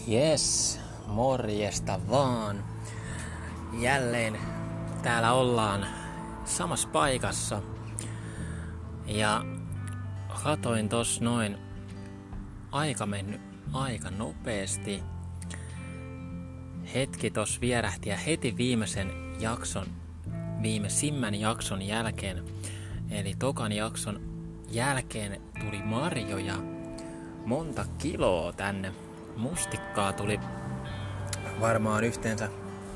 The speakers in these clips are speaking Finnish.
Jes, morjesta vaan. Jälleen täällä ollaan samassa paikassa. Ja katoin tossa noin, aika mennyt aika nopeasti. Hetki tossa vierähti ja heti viimeisimmän jakson jälkeen, eli tokan jakson jälkeen tuli marjoja monta kiloa tänne. Mustikkaa tuli varmaan yhteensä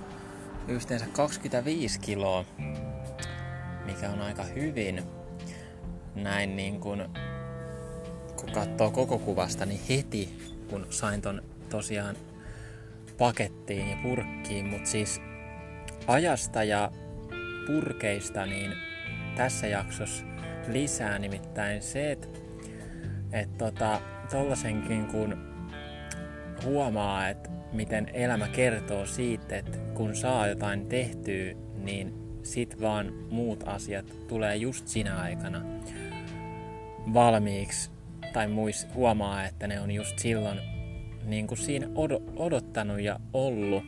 25 kiloa, mikä on aika hyvin. Näin niin kun katsoo koko kuvasta, niin heti kun sain ton tosiaan pakettiin ja purkkiin, mutta siis ajasta ja purkeista niin tässä jaksossa lisää nimittäin se, että tollasenkin kun huomaa, että miten elämä kertoo siitä, että kun saa jotain tehtyä, niin sit vaan muut asiat tulee just sinä aikana valmiiksi. Tai huomaa, että ne on just silloin niin kuin siinä odottanut ja ollut.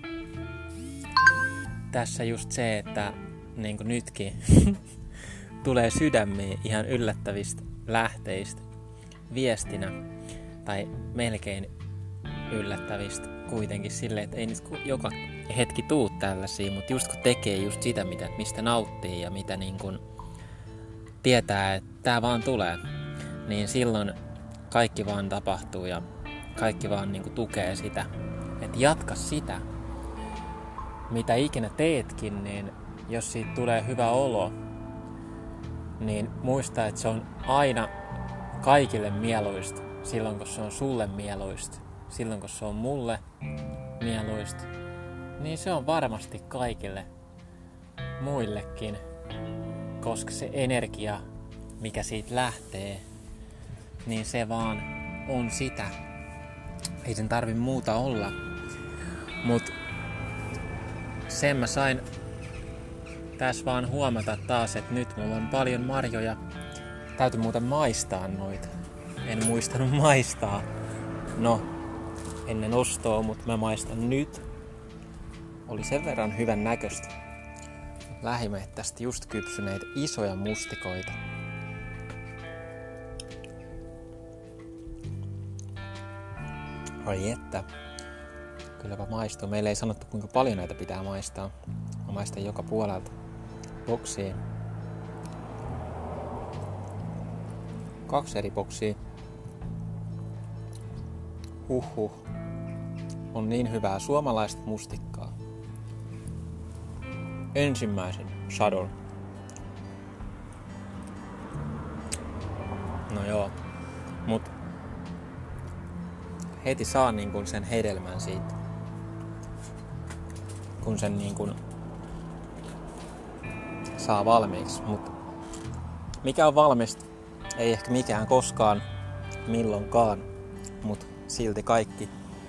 Tässä just se, että niin kuin nytkin tulee sydämiin ihan yllättävistä lähteistä viestinä. Tai melkein yllättävistä kuitenkin silleen, että ei nyt joka hetki tuu tällaisia, mutta just kun tekee just sitä, mistä nauttii ja mitä niin kun tietää, että tää vaan tulee, niin silloin kaikki vaan tapahtuu ja kaikki vaan niin kun tukee sitä. Että jatka sitä, mitä ikinä teetkin, niin jos siitä tulee hyvä olo, niin muista, että se on aina kaikille mieluista silloin, kun se on sulle mieluista. Silloin kun se on mulle mieluista, niin se on varmasti kaikille muillekin, koska se energia, mikä siitä lähtee, niin se vaan on sitä. Ei sen tarvi muuta olla. Mut sen mä sain tässä vaan huomata taas, että nyt mulla on paljon marjoja. Täytyy muuten maistaa noita. En muistanut maistaa. No, ennen ostoa, mutta mä maistan nyt. Oli sen verran hyvän näköistä. Lähimettästä just kypsyneitä isoja mustikoita. Ai että. Kylläpä maistuu. Meillä ei sanottu kuinka paljon näitä pitää maistaa. Mä maistan joka puolelta boksia. 2 eri boksia. Huhhuh. On niin hyvää suomalaista mustikkaa. Ensimmäisen sadon. No joo. Mut heti saa niin kun sen hedelmän siitä. Kun sen niin kun saa valmiiksi. Mut mikä on valmista? Ei ehkä mikään koskaan, milloinkaan. Mut silti kaikki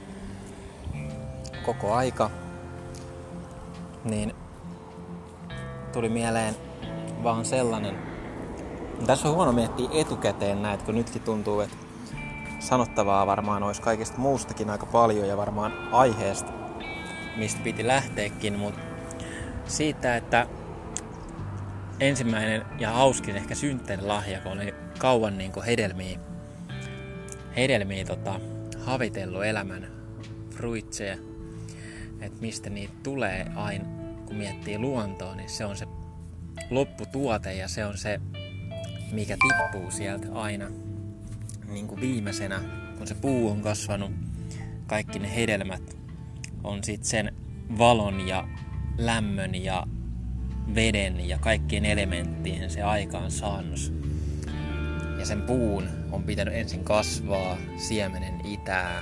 koko aika, niin tuli mieleen vaan sellainen. Tässä on huono miettiä etukäteen näitä, kun nytkin tuntuu, että sanottavaa varmaan olisi kaikesta muustakin aika paljon ja varmaan aiheesta, mistä piti lähteäkin, mutta siitä, että ensimmäinen ja hauskin ehkä synttärilahja, kun oli kauan niin kuin hedelmiä havitellut elämän fruitseja, että mistä niitä tulee aina, kun miettii luontoa, niin se on se lopputuote ja se on se, mikä tippuu sieltä aina niin kuin viimeisenä, kun se puu on kasvanut, kaikki ne hedelmät on sitten sen valon ja lämmön ja veden ja kaikkien elementtien se aikaansaannos. Ja sen puun on pitänyt ensin kasvaa, siemenen itää.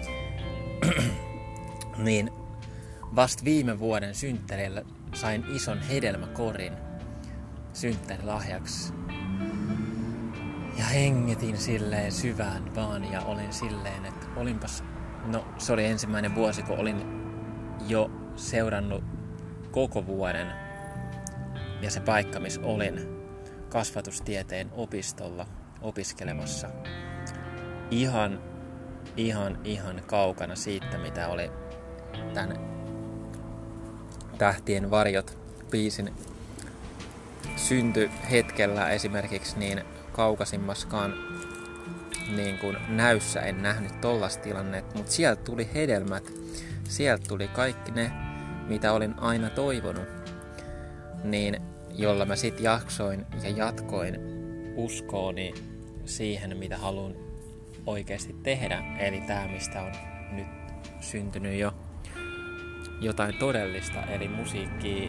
Niin vasta viime vuoden synttärillä sain ison hedelmäkorin synttärilahjaksi. Ja hengetin silleen syvään vaan ja olin silleen, että se oli ensimmäinen vuosi, kun olin jo seurannut koko vuoden. Ja se paikka, missä olin kasvatustieteen opistolla opiskelemassa. Ihan ihan kaukana siitä, mitä oli tän Tähtien varjot -biisin syntyhetkellä esimerkiksi, niin kaukaisimmaskaan niin kuin näyssä en nähnyt tollasta tilannetta, mutta sieltä tuli hedelmät, sieltä tuli kaikki ne, mitä olin aina toivonut, niin jolla mä sit jaksoin ja jatkoin uskooni siihen, mitä haluan oikeasti tehdä, eli tää, mistä on nyt syntynyt jo jotain todellista, eli musiikkia,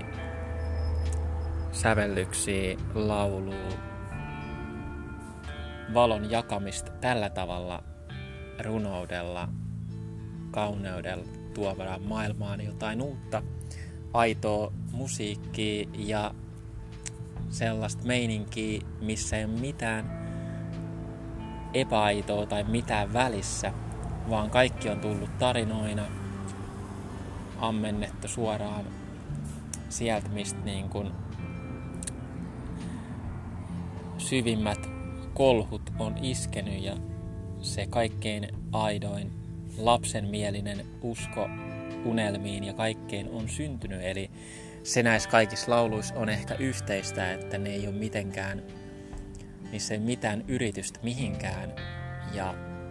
sävellyksiä, laulua, valon jakamista tällä tavalla, runoudella, kauneudella tuomalla maailmaan jotain uutta, aitoa musiikkia ja sellaista meininkiä, missä ei ole mitään epäaitoa tai mitään välissä, vaan kaikki on tullut tarinoina, ammennettu suoraan sieltä, mistä niin kuin syvimmät kolhut on iskenyt, ja se kaikkein aidoin lapsenmielinen usko unelmiin ja kaikkeen on syntynyt. Eli se näissä kaikissa lauluissa on ehkä yhteistä, että ne ei ole mitenkään, niissä ei mitään yritystä mihinkään, ja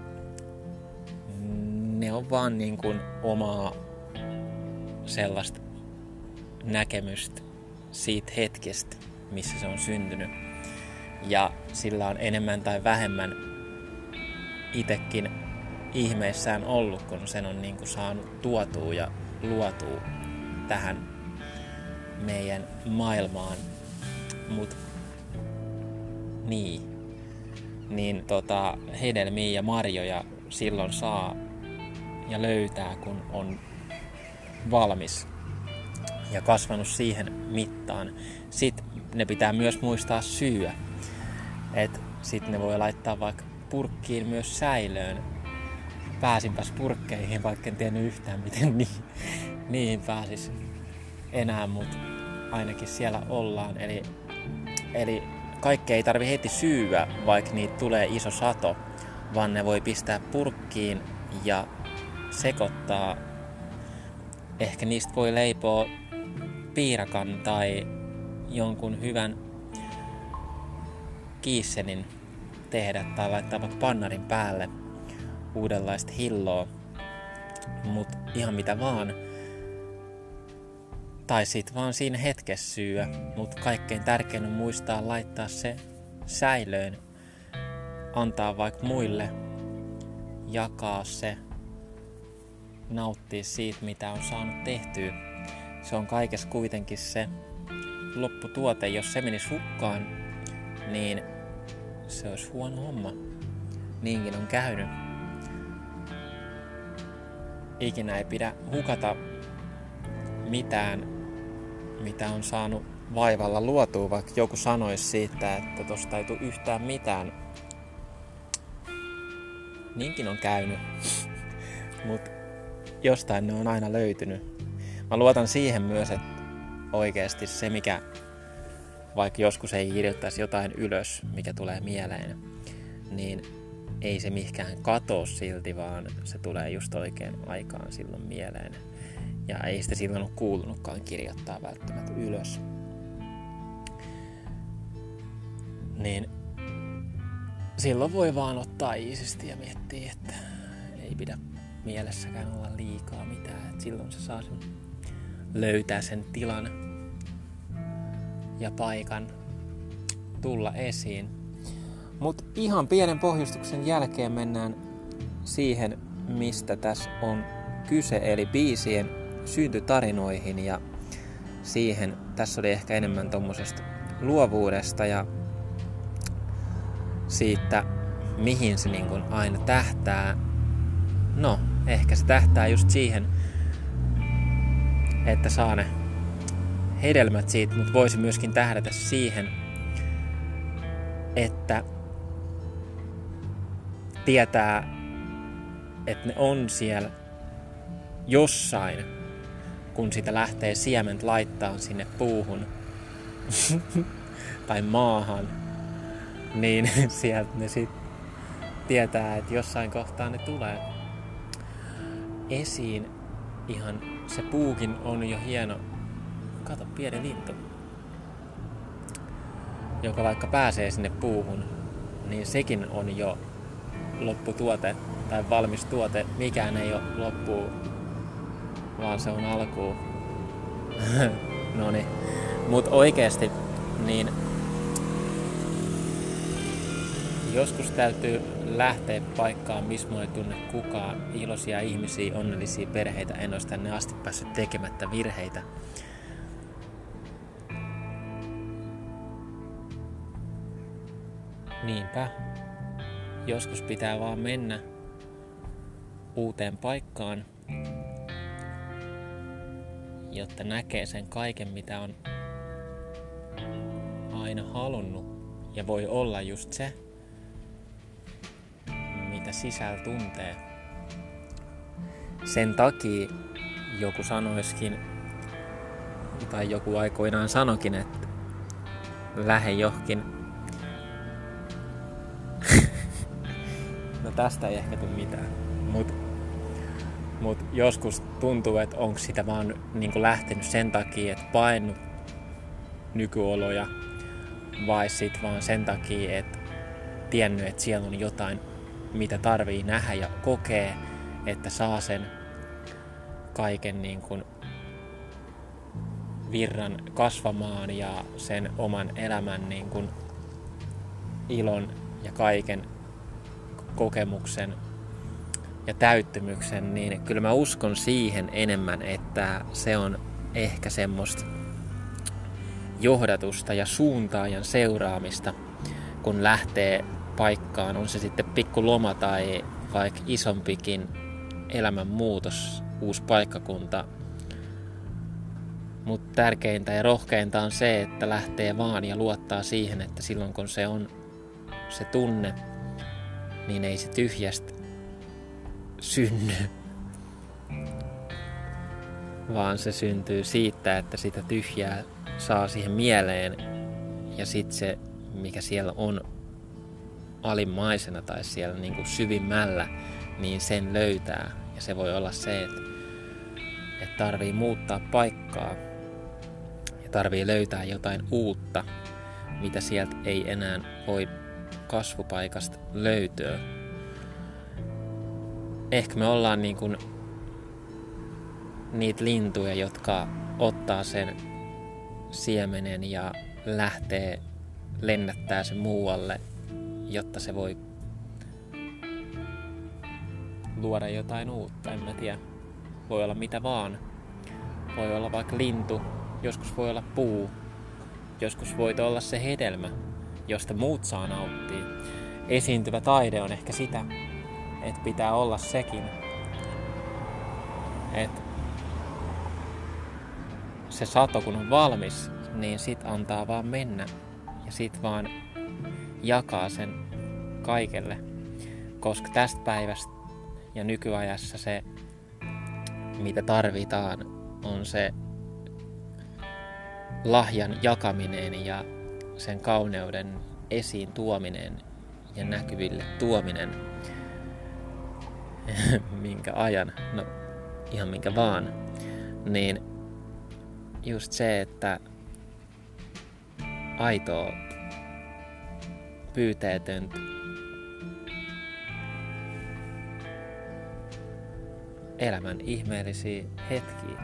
ne on vaan niin kuin omaa sellaista näkemystä siitä hetkestä, missä se on syntynyt. Ja sillä on enemmän tai vähemmän itekin ihmeissään ollut, kun sen on niin kuin saanut tuotua ja luotua tähän meidän maailmaan. Mut niin hedelmiä ja marjoja silloin saa ja löytää, kun on valmis ja kasvanut siihen mittaan. Sitten ne pitää myös muistaa syödä. Et sit ne voi laittaa vaikka purkkiin myös säilöön. Pääsinpäs purkkeihin, vaikka en tiennyt yhtään, miten niihin pääsis enää, mutta ainakin siellä ollaan. Eli kaikki ei tarvi heti syödä, vaikka niitä tulee iso sato, vaan ne voi pistää purkkiin ja sekoittaa. Ehkä niistä voi leipoa piirakan tai jonkun hyvän kiissenin tehdä tai laittaa vaikka pannarin päälle uudenlaista hilloa, mut ihan mitä vaan. Tai sit vaan siinä hetkessä syödä, mut kaikkein tärkein on muistaa laittaa se säilöön, antaa vaikka muille, jakaa se, nauttia siitä, mitä on saanut tehtyä. Se on kaikessa kuitenkin se lopputuote. Jos se menisi hukkaan, niin se olisi huono homma. Niinkin on käynyt. Ikinä ei pidä hukata mitään, mitä on saanut vaivalla luotua, vaikka joku sanoisi siitä, että tosta ei tule yhtään mitään. Niinkin on käynyt. Mut jostain ne on aina löytynyt. Mä luotan siihen myös, että oikeasti se, mikä vaikka joskus ei kirjoittaisi jotain ylös, mikä tulee mieleen, niin ei se mihinkään katoo silti, vaan se tulee just oikein aikaan silloin mieleen. Ja ei sitä silloin ole kuulunutkaan kirjoittaa välttämättä ylös. Niin silloin voi vaan ottaa iisisti ja miettiä, että ei pidä mielessäkään olla liikaa mitään. Et silloin se saa sen, löytää sen tilan ja paikan tulla esiin. Mut ihan pienen pohjustuksen jälkeen mennään siihen, mistä tässä on kyse, eli biisien syntytarinoihin, ja siihen tässä oli ehkä enemmän tommosesta luovuudesta ja siitä, mihin se niin kuin aina tähtää. No, ehkä se tähtää just siihen, että saa ne hedelmät siitä, mutta voisi myöskin tähdätä siihen, että tietää, että ne on siellä jossain, kun sitä lähtee siement laittaa sinne puuhun tai maahan, niin sieltä ne sitten tietää, että jossain kohtaa ne tulee. esiin. Ihan se puukin on jo hieno. Kato, pieni lintu. Joka vaikka pääsee sinne puuhun, niin sekin on jo lopputuote tai valmis tuote. Mikään ei ole loppu, vaan se on alku. Noniin. Mut oikeesti, niin joskus täytyy lähteä paikkaan, missä mä ei tunne kukaan. Iloisia ihmisiä, onnellisia perheitä. En olisi tänne asti päässyt tekemättä virheitä. Niinpä. Joskus pitää vaan mennä uuteen paikkaan, jotta näkee sen kaiken, mitä on aina halunnut. Ja voi olla just se, mitä sisällä tuntee. Sen takia joku sanoisikin, tai joku aikoinaan sanokin, että lähde johonkin. No tästä ei ehkä tule mitään. Mut joskus tuntuu, että onko sitä vaan niinku lähtenyt sen takia, että painut nykyoloja, vai sit vaan sen takia, että tiennyt, että siellä on jotain, mitä tarvii nähdä ja kokee, että saa sen kaiken niin kuin virran kasvamaan ja sen oman elämän niin kuin ilon ja kaiken kokemuksen ja täyttymyksen, niin kyllä mä uskon siihen enemmän, että se on ehkä semmoista johdatusta ja suuntaajan seuraamista, kun lähtee paikkaan, on se sitten pikku loma tai vaikka isompikin elämänmuutos, uusi paikkakunta. Mutta tärkeintä ja rohkeinta on se, että lähtee vaan ja luottaa siihen, että silloin kun se on se tunne, niin ei se tyhjästä synny, vaan se syntyy siitä, että sitä tyhjää saa siihen mieleen ja sit se, mikä siellä on alimmaisena tai siellä niin kuin syvimmällä, niin sen löytää. Ja se voi olla se, että tarvii muuttaa paikkaa ja tarvii löytää jotain uutta, mitä sieltä ei enää voi kasvupaikasta löytyä. Ehkä me ollaan niin kuin niitä lintuja, jotka ottaa sen siemenen ja lähtee lennättää sen muualle, jotta se voi luoda jotain uutta, en mä tiedä. Voi olla mitä vaan. Voi olla vaikka lintu, joskus voi olla puu, joskus voi olla se hedelmä, josta muut saa nauttia. Esiintyvä taide on ehkä sitä, että pitää olla sekin, että se sato kun on valmis, niin sit antaa vaan mennä ja sit vaan jakaa sen kaikelle, koska tästä päivästä ja nykyajassa se, mitä tarvitaan, on se lahjan jakaminen ja sen kauneuden esiin tuominen ja näkyville tuominen. Minkä ajan, no ihan minkä vaan, niin just se, että aitoa, pyyteetöntä, elämän ihmeellisiä hetkiä,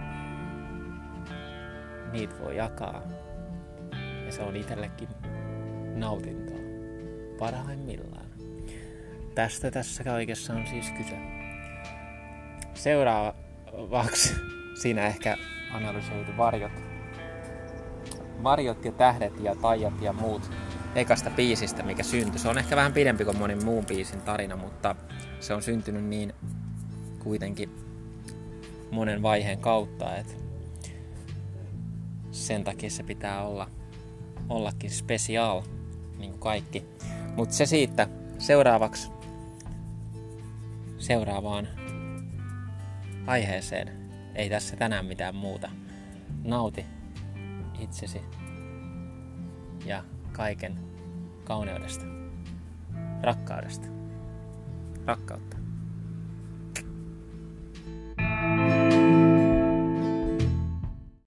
niitä voi jakaa ja se on itsellekin nautintoa parhaimmillaan. Tästä tässä kaikessa on siis kyse. Seuraavaksi siinä ehkä analysoitu varjot ja tähdet ja taijat ja muut ekasta biisistä, mikä syntyi. Se on ehkä vähän pidempi kuin monen muun biisin tarina, mutta se on syntynyt niin kuitenkin monen vaiheen kautta, että sen takia se pitää ollakin special, niin kuin kaikki. Mutta se siitä seuraavaksi seuraavaan aiheeseen. Ei tässä tänään mitään muuta. Nauti itsesi ja kaiken kauneudesta, rakkaudesta, rakkautta.